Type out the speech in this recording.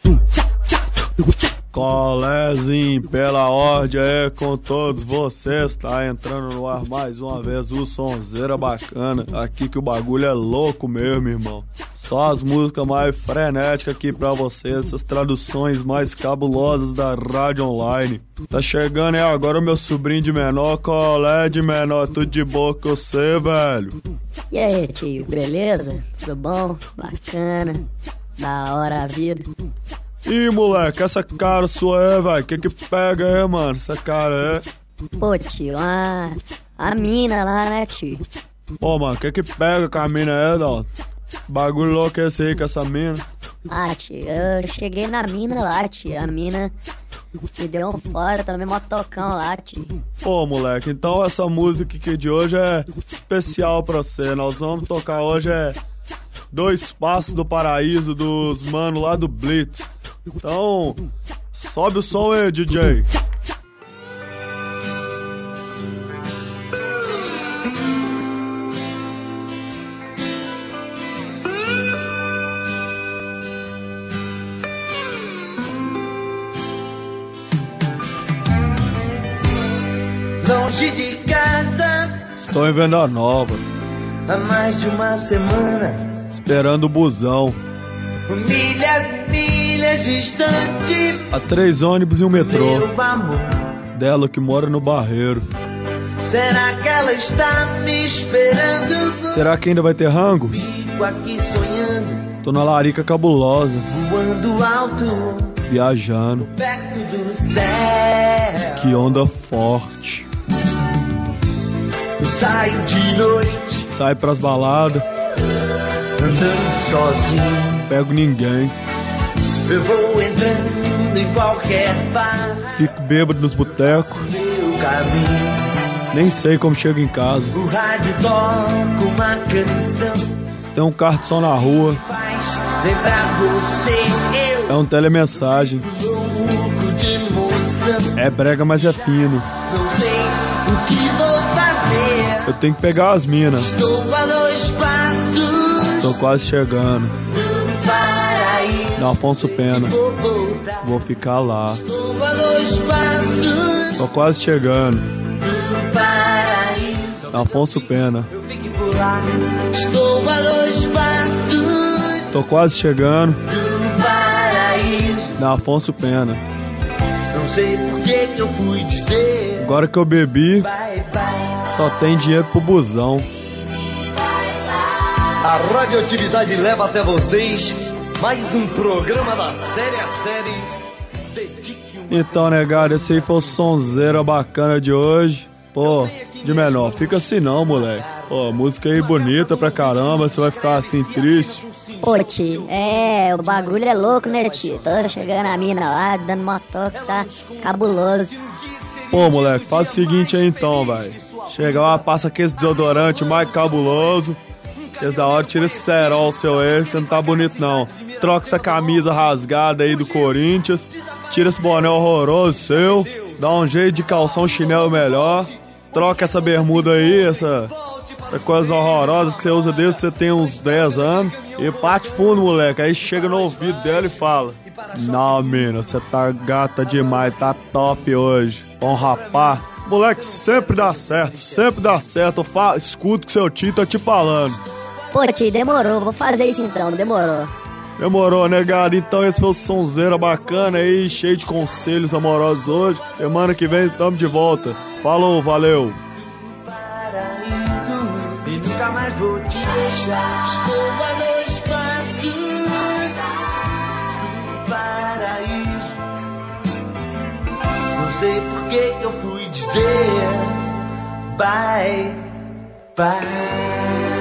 Colézinho, pela ordem é com todos vocês. Tá entrando no ar mais uma vez o Sonzeira Bacana. Aqui que o bagulho é louco mesmo, irmão. Só as músicas mais frenéticas aqui pra vocês, essas traduções mais cabulosas da rádio online. Tá chegando aí agora o meu sobrinho de menor. Colé de menor, tudo de boa com você, velho? E aí, tio, beleza? Tudo bom? Bacana? Da hora a vida? Ih, moleque, essa cara sua é, velho. Que pega aí, mano? Essa cara é. Pô, tio, a mina lá, né, tio? Pô, mano, que pega com a mina é, Dalton? Bagulho louco esse aí com essa mina? Ah, tio, eu cheguei na mina lá, tio. A mina me deu um fora, também motocão lá, tio. Pô, moleque, então essa música aqui de hoje é especial pra você. Nós vamos tocar hoje Dois Passos do Paraíso dos mano lá do Blitz. Então, sobe o som aí, DJ. Longe de casa, estou em Venda Nova, há mais de uma semana, esperando o busão. Milhas e milhas distante, há 3 ônibus e um metrô. meu amor, dela que mora no Barreiro. será que ela está me esperando? Será que ainda vai ter rango? Fico aqui sonhando, Tô na larica cabulosa, voando alto, viajando. perto do céu. Que onda forte. Eu saio de noite, Sai pras baladas, andando sozinho. pego ninguém. Eu vou entrando em qualquer bar, Fico bêbado nos botecos. meu caminho. Nem sei como chego em casa. O rádio toca uma canção, Tem um carro de som na rua. faz lembrar você. É um telemensagem. Eu louco de emoção, É brega, mas é fino. não sei o que vou fazer. Eu tenho que pegar as minas. Estou a 2 passos Tô quase chegando. do paraíso. Na Afonso Pena. Vou voltar. Vou ficar lá. Estou a 2 passos Tô quase chegando. do paraíso. Na Afonso Pena. Eu fico por lá. Estou a 2 passos Tô quase chegando. do paraíso. Na Afonso Pena. Não sei por que eu fui dizer Agora que eu bebi, bye bye. só tem dinheiro pro busão. A radioatividade leva até vocês mais um programa da série a série. Dedique um... Então, negado, esse aí foi o Sonzeira Bacana de hoje. Pô, de menor, fica assim não, moleque. Pô, música aí bonita pra caramba, você vai ficar assim triste. Pô, tio, o bagulho é louco, né, tio? Tô chegando a mina lá, dando motoca, tá cabuloso. Pô, moleque, faz o seguinte aí então, velho. Chega lá, passa aquele desodorante mais cabuloso. Que da hora, tira esse cerol seu aí, você não tá bonito não. Troca essa camisa rasgada aí do Corinthians. Tira esse boné horroroso seu. Dá um jeito de calçar um chinelo melhor. Troca essa bermuda aí, essa coisa horrorosa que você usa desde que você tem uns 10 anos. E bate fundo, moleque. Aí chega no ouvido dela e fala: não, mina, você tá gata demais, tá top hoje. Bom rapá. Moleque, sempre dá certo, sempre dá certo. Escuta o que seu tio tá te falando. Pô, tio, demorou, vou fazer isso então, demorou. Demorou, negado? Então esse foi o Sonzeira Bacana aí, cheio de conselhos amorosos hoje. Semana que vem estamos de volta. Falou, valeu. E nunca mais vou te deixar. Estou a 2 passos do paraíso. Não sei por que eu fui dizer bye bye.